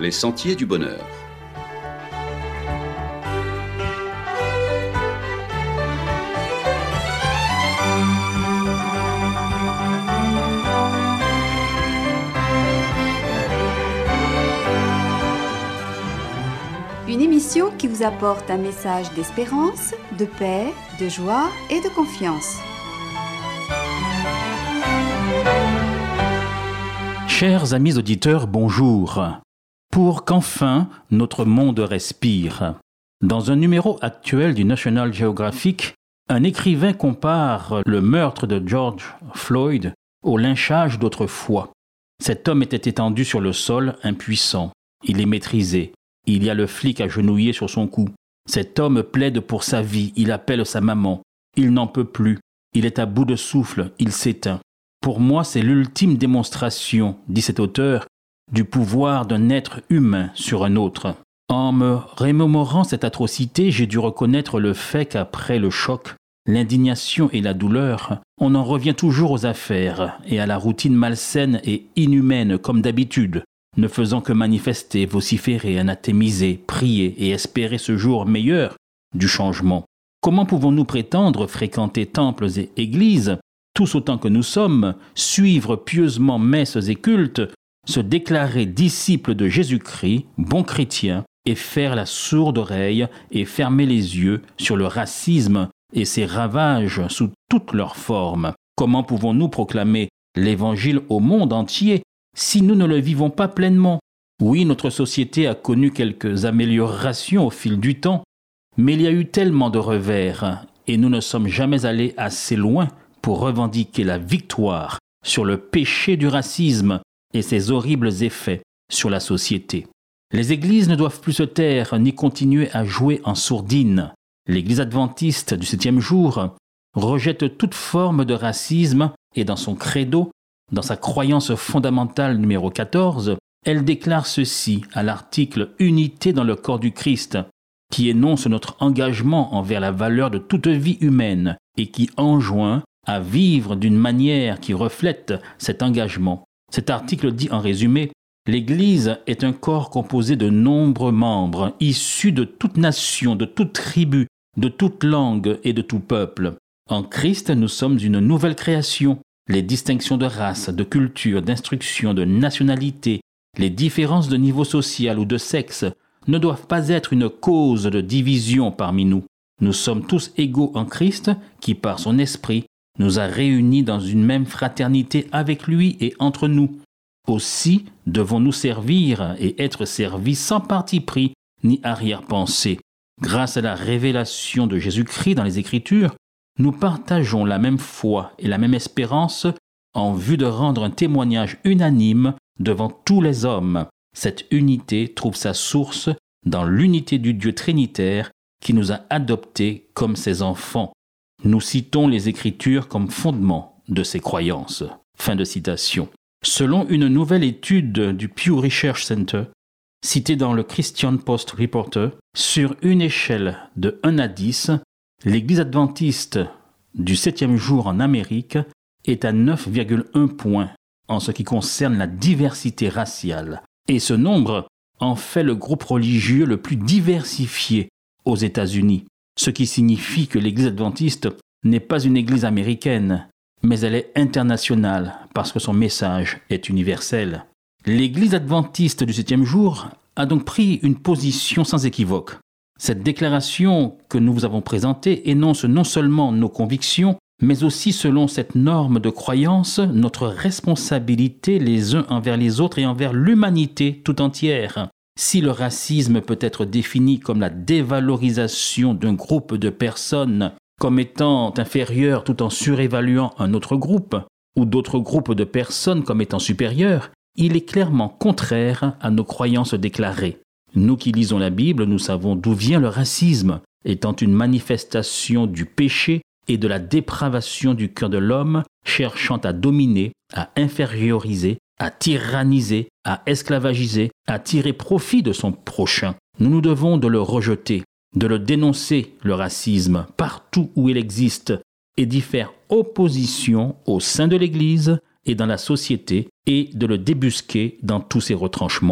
les sentiers du bonheur. Une émission qui vous apporte un message d'espérance, de paix, de joie et de confiance. Chers amis auditeurs, bonjour. Pour qu'enfin notre monde respire. Dans un numéro actuel du National Geographic, un écrivain compare le meurtre de George Floyd au lynchage d'autrefois. Cet homme était étendu sur le sol, impuissant. Il est maîtrisé. Il y a le flic agenouillé sur son cou. Cet homme plaide pour sa vie. Il appelle sa maman. Il n'en peut plus. Il est à bout de souffle. Il s'éteint. Pour moi, c'est l'ultime démonstration, dit cet auteur, du pouvoir d'un être humain sur un autre. En me remémorant cette atrocité, j'ai dû reconnaître le fait qu'après le choc, l'indignation et la douleur, on en revient toujours aux affaires et à la routine malsaine et inhumaine comme d'habitude, ne faisant que manifester, vociférer, anathémiser, prier et espérer ce jour meilleur du changement. Comment pouvons-nous prétendre fréquenter temples et églises, tous autant que nous sommes, suivre pieusement messes et cultes, se déclarer disciples de Jésus-Christ, bons chrétiens, et faire la sourde oreille et fermer les yeux sur le racisme et ses ravages sous toutes leurs formes? Comment pouvons-nous proclamer l'Évangile au monde entier si nous ne le vivons pas pleinement? Oui, notre société a connu quelques améliorations au fil du temps, mais il y a eu tellement de revers, et nous ne sommes jamais allés assez loin pour revendiquer la victoire sur le péché du racisme et ses horribles effets sur la société. Les églises ne doivent plus se taire ni continuer à jouer en sourdine. L'Église adventiste du 7e jour rejette toute forme de racisme et dans son credo, dans sa croyance fondamentale numéro 14, elle déclare ceci à l'article « Unité dans le corps du Christ » qui énonce notre engagement envers la valeur de toute vie humaine et qui enjoint à vivre d'une manière qui reflète cet engagement. Cet article dit en résumé, l'Église est un corps composé de nombreux membres, issus de toute nation, de toute tribu, de toute langue et de tout peuple. En Christ, nous sommes une nouvelle création. Les distinctions de race, de culture, d'instruction, de nationalité, les différences de niveau social ou de sexe ne doivent pas être une cause de division parmi nous. Nous sommes tous égaux en Christ qui, par son esprit, nous a réunis dans une même fraternité avec lui et entre nous. Aussi devons-nous servir et être servis sans parti pris ni arrière-pensée. Grâce à la révélation de Jésus-Christ dans les Écritures, nous partageons la même foi et la même espérance en vue de rendre un témoignage unanime devant tous les hommes. Cette unité trouve sa source dans l'unité du Dieu trinitaire qui nous a adoptés comme ses enfants. Nous citons les Écritures comme fondement de ces croyances. Fin de citation. Selon une nouvelle étude du Pew Research Center, citée dans le Christian Post Reporter, sur une échelle de 1 à 10, l'Église adventiste du 7e jour en Amérique est à 9,1 points en ce qui concerne la diversité raciale. Et ce nombre en fait le groupe religieux le plus diversifié aux États-Unis. Ce qui signifie que l'Église adventiste n'est pas une Église américaine, mais elle est internationale parce que son message est universel. L'Église adventiste du 7e jour a donc pris une position sans équivoque. Cette déclaration que nous vous avons présentée énonce non seulement nos convictions, mais aussi selon cette norme de croyance, notre responsabilité les uns envers les autres et envers l'humanité tout entière. Si le racisme peut être défini comme la dévalorisation d'un groupe de personnes comme étant inférieur tout en surévaluant un autre groupe, ou d'autres groupes de personnes comme étant supérieurs, il est clairement contraire à nos croyances déclarées. Nous qui lisons la Bible, nous savons d'où vient le racisme, étant une manifestation du péché et de la dépravation du cœur de l'homme, cherchant à dominer, à inférioriser, à tyranniser, à esclavagiser, à tirer profit de son prochain. Nous nous devons de le rejeter, de le dénoncer, le racisme, partout où il existe, et d'y faire opposition au sein de l'Église et dans la société, et de le débusquer dans tous ses retranchements.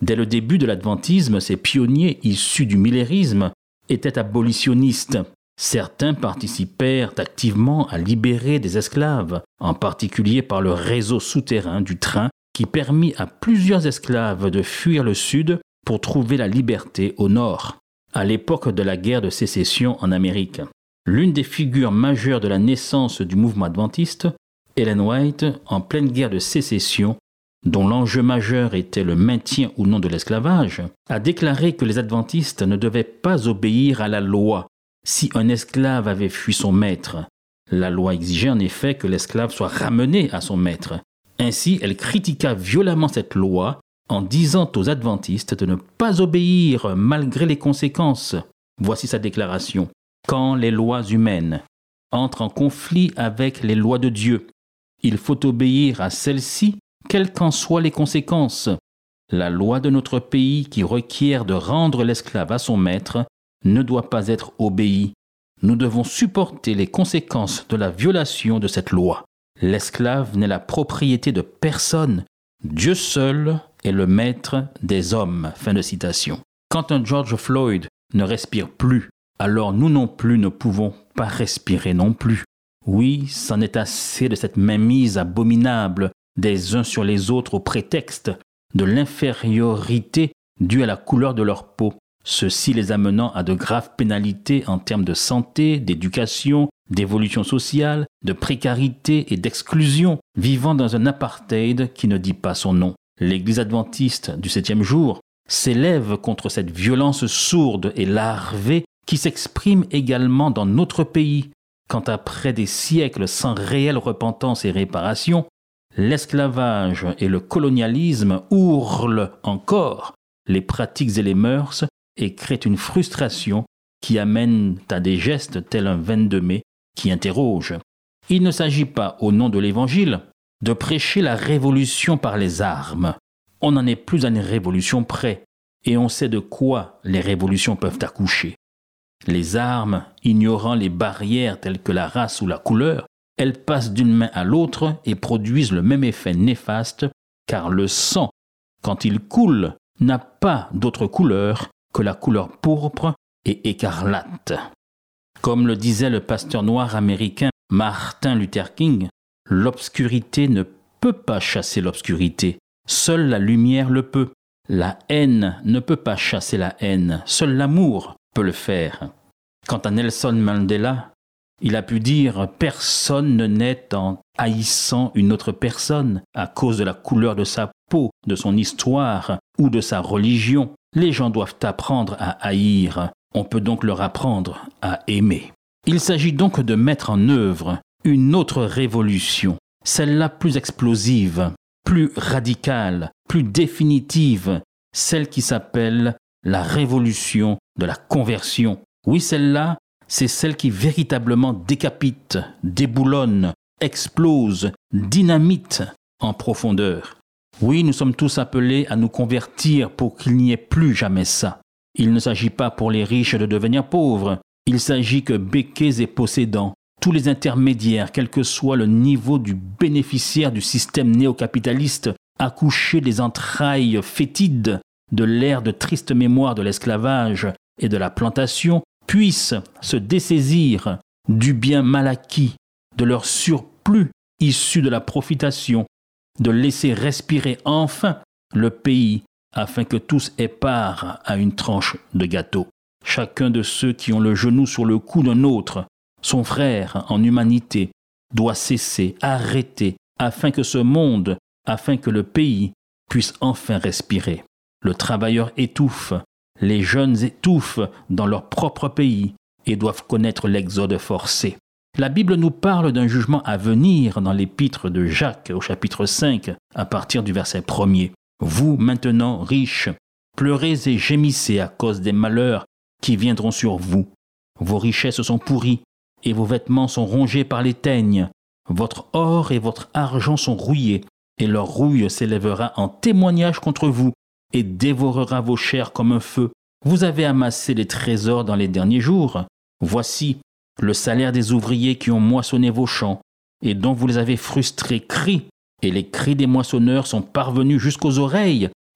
Dès le début de l'adventisme, ces pionniers issus du millérisme étaient abolitionnistes. Certains participèrent activement à libérer des esclaves, en particulier par le réseau souterrain du train qui permit à plusieurs esclaves de fuir le sud pour trouver la liberté au nord. À l'époque de la guerre de sécession en Amérique, l'une des figures majeures de la naissance du mouvement adventiste, Ellen White, en pleine guerre de sécession, dont l'enjeu majeur était le maintien ou non de l'esclavage, a déclaré que les adventistes ne devaient pas obéir à la loi si un esclave avait fui son maître. La loi exigeait en effet que l'esclave soit ramené à son maître. Ainsi, elle critiqua violemment cette loi en disant aux adventistes de ne pas obéir malgré les conséquences. Voici sa déclaration. Quand les lois humaines entrent en conflit avec les lois de Dieu, il faut obéir à celles-ci, quelles qu'en soient les conséquences. La loi de notre pays qui requiert de rendre l'esclave à son maître ne doit pas être obéie. Nous devons supporter les conséquences de la violation de cette loi. L'esclave n'est la propriété de personne. Dieu seul est le maître des hommes. Fin de citation. Quand un George Floyd ne respire plus, alors nous non plus ne pouvons pas respirer non plus. Oui, c'en est assez de cette mainmise abominable des uns sur les autres au prétexte de l'infériorité due à la couleur de leur peau, ceci les amenant à de graves pénalités en termes de santé, d'éducation, d'évolution sociale, de précarité et d'exclusion, vivant dans un apartheid qui ne dit pas son nom. L'Église adventiste du 7e jour s'élève contre cette violence sourde et larvée qui s'exprime également dans notre pays, quand après des siècles sans réelle repentance et réparation, l'esclavage et le colonialisme ourlent encore les pratiques et les mœurs et créent une frustration qui amène à des gestes tels un 22 mai qui interroge. Il ne s'agit pas, au nom de l'Évangile, de prêcher la révolution par les armes. On n'en est plus à une révolution près, et on sait de quoi les révolutions peuvent accoucher. Les armes, ignorant les barrières telles que la race ou la couleur, elles passent d'une main à l'autre et produisent le même effet néfaste, car le sang, quand il coule, n'a pas d'autre couleur que la couleur pourpre et écarlate. Comme le disait le pasteur noir américain Martin Luther King, l'obscurité ne peut pas chasser l'obscurité, seule la lumière le peut. La haine ne peut pas chasser la haine, seul l'amour peut le faire. Quant à Nelson Mandela, il a pu dire « Personne ne naît en haïssant une autre personne à cause de la couleur de sa peau, de son histoire ou de sa religion. Les gens doivent apprendre à haïr. On peut donc leur apprendre à aimer. » Il s'agit donc de mettre en œuvre une autre révolution, celle-là plus explosive, plus radicale, plus définitive, celle qui s'appelle la révolution de la conversion. Oui, celle-là, c'est celle qui véritablement décapite, déboulonne, explose, dynamite en profondeur. Oui, nous sommes tous appelés à nous convertir pour qu'il n'y ait plus jamais ça. Il ne s'agit pas pour les riches de devenir pauvres. Il s'agit que béquets et possédants, tous les intermédiaires, quel que soit le niveau du bénéficiaire du système néocapitaliste, accouchés des entrailles fétides de l'ère de triste mémoire de l'esclavage et de la plantation, puissent se dessaisir du bien mal acquis, de leur surplus issu de la profitation, de laisser respirer enfin le pays afin que tous aient part à une tranche de gâteau. Chacun de ceux qui ont le genou sur le cou d'un autre, son frère en humanité, doit cesser, arrêter, afin que ce monde, afin que le pays puisse enfin respirer. Le travailleur étouffe, les jeunes étouffent dans leur propre pays et doivent connaître l'exode forcé. La Bible nous parle d'un jugement à venir dans l'épître de Jacques au chapitre 5 à partir du verset 1er. Vous, maintenant riches, pleurez et gémissez à cause des malheurs qui viendront sur vous. Vos richesses sont pourries et vos vêtements sont rongés par les teignes. Votre or et votre argent sont rouillés et leur rouille s'élèvera en témoignage contre vous et dévorera vos chairs comme un feu. Vous avez amassé des trésors dans les derniers jours. Voici, le salaire des ouvriers qui ont moissonné vos champs et dont vous les avez frustrés crie, et les cris des moissonneurs sont parvenus jusqu'aux oreilles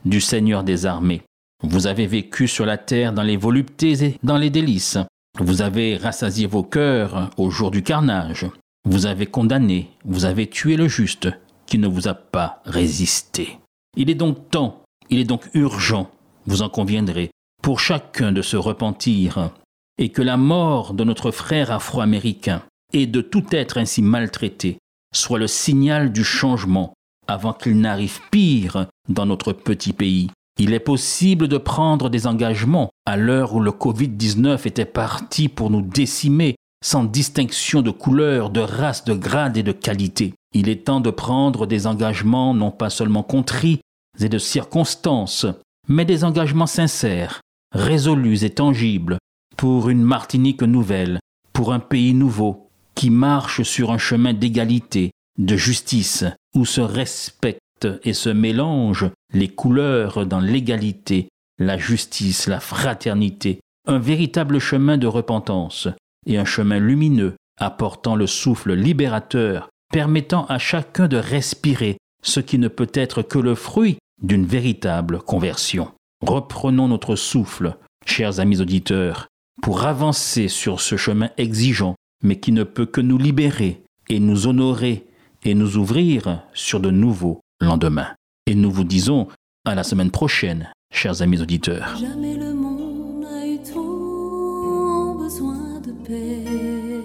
du Seigneur des armées. Vous avez vécu sur la terre dans les voluptés et dans les délices. Vous avez rassasié vos cœurs au jour du carnage. Vous avez condamné, vous avez tué le juste qui ne vous a pas résisté. Il est donc temps, il est donc urgent, vous en conviendrez, pour chacun de se repentir et que la mort de notre frère afro-américain et de tout être ainsi maltraité soit le signal du changement avant qu'il n'arrive pire dans notre petit pays. Il est possible de prendre des engagements à l'heure où le Covid-19 était parti pour nous décimer sans distinction de couleur, de race, de grade et de qualité. Il est temps de prendre des engagements non pas seulement contris et de circonstances, mais des engagements sincères, résolus et tangibles pour une Martinique nouvelle, pour un pays nouveau qui marche sur un chemin d'égalité, de justice, où se respectent et se mélangent les couleurs dans l'égalité, la justice, la fraternité, un véritable chemin de repentance et un chemin lumineux apportant le souffle libérateur, permettant à chacun de respirer ce qui ne peut être que le fruit d'une véritable conversion. Reprenons notre souffle, chers amis auditeurs, pour avancer sur ce chemin exigeant, mais qui ne peut que nous libérer et nous honorer et nous ouvrir sur de nouveaux lendemains. Et nous vous disons à la semaine prochaine, chers amis auditeurs. Jamais le monde n'a eu tant besoin de paix.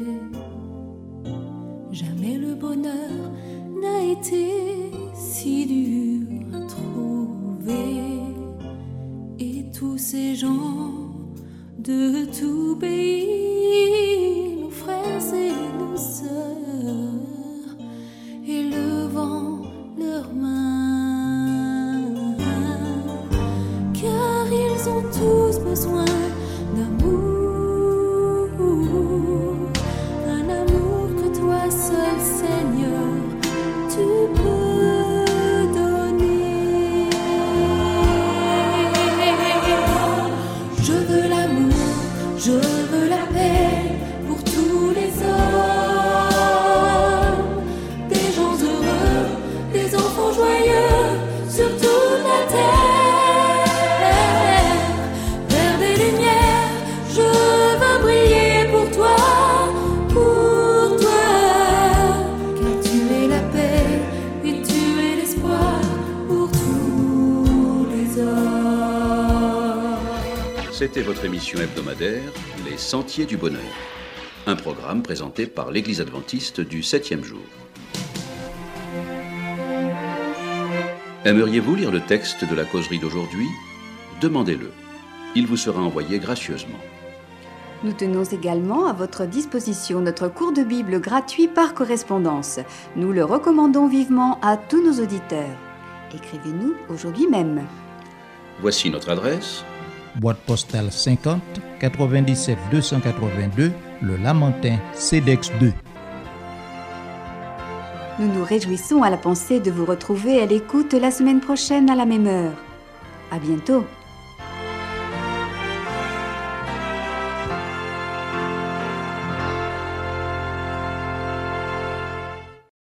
Jamais le bonheur n'a été si dur à trouver. Et tous ces gens de tout pays, nos frères et nos sœurs, élevant leurs mains, car ils ont tous besoin d'amour, un amour que toi seul, Seigneur, tu peux donner. Je veux l'amour, je veux la paix pour tous les hommes, des gens heureux, des enfants joyeux sur toute la terre. Vers des lumières, je veux briller pour toi, car tu es la paix et tu es l'espoir pour tous les hommes. C'était votre émission hebdomadaire, Les Sentiers du Bonheur. Un programme présenté par l'Église adventiste du 7e jour. Aimeriez-vous lire le texte de la causerie d'aujourd'hui ? Demandez-le. Il vous sera envoyé gracieusement. Nous tenons également à votre disposition notre cours de Bible gratuit par correspondance. Nous le recommandons vivement à tous nos auditeurs. Écrivez-nous aujourd'hui même. Voici notre adresse. Boîte postale 50 97 282, Le Lamentin, CEDEX 2. Nous nous réjouissons à la pensée de vous retrouver à l'écoute la semaine prochaine à la même heure. À bientôt.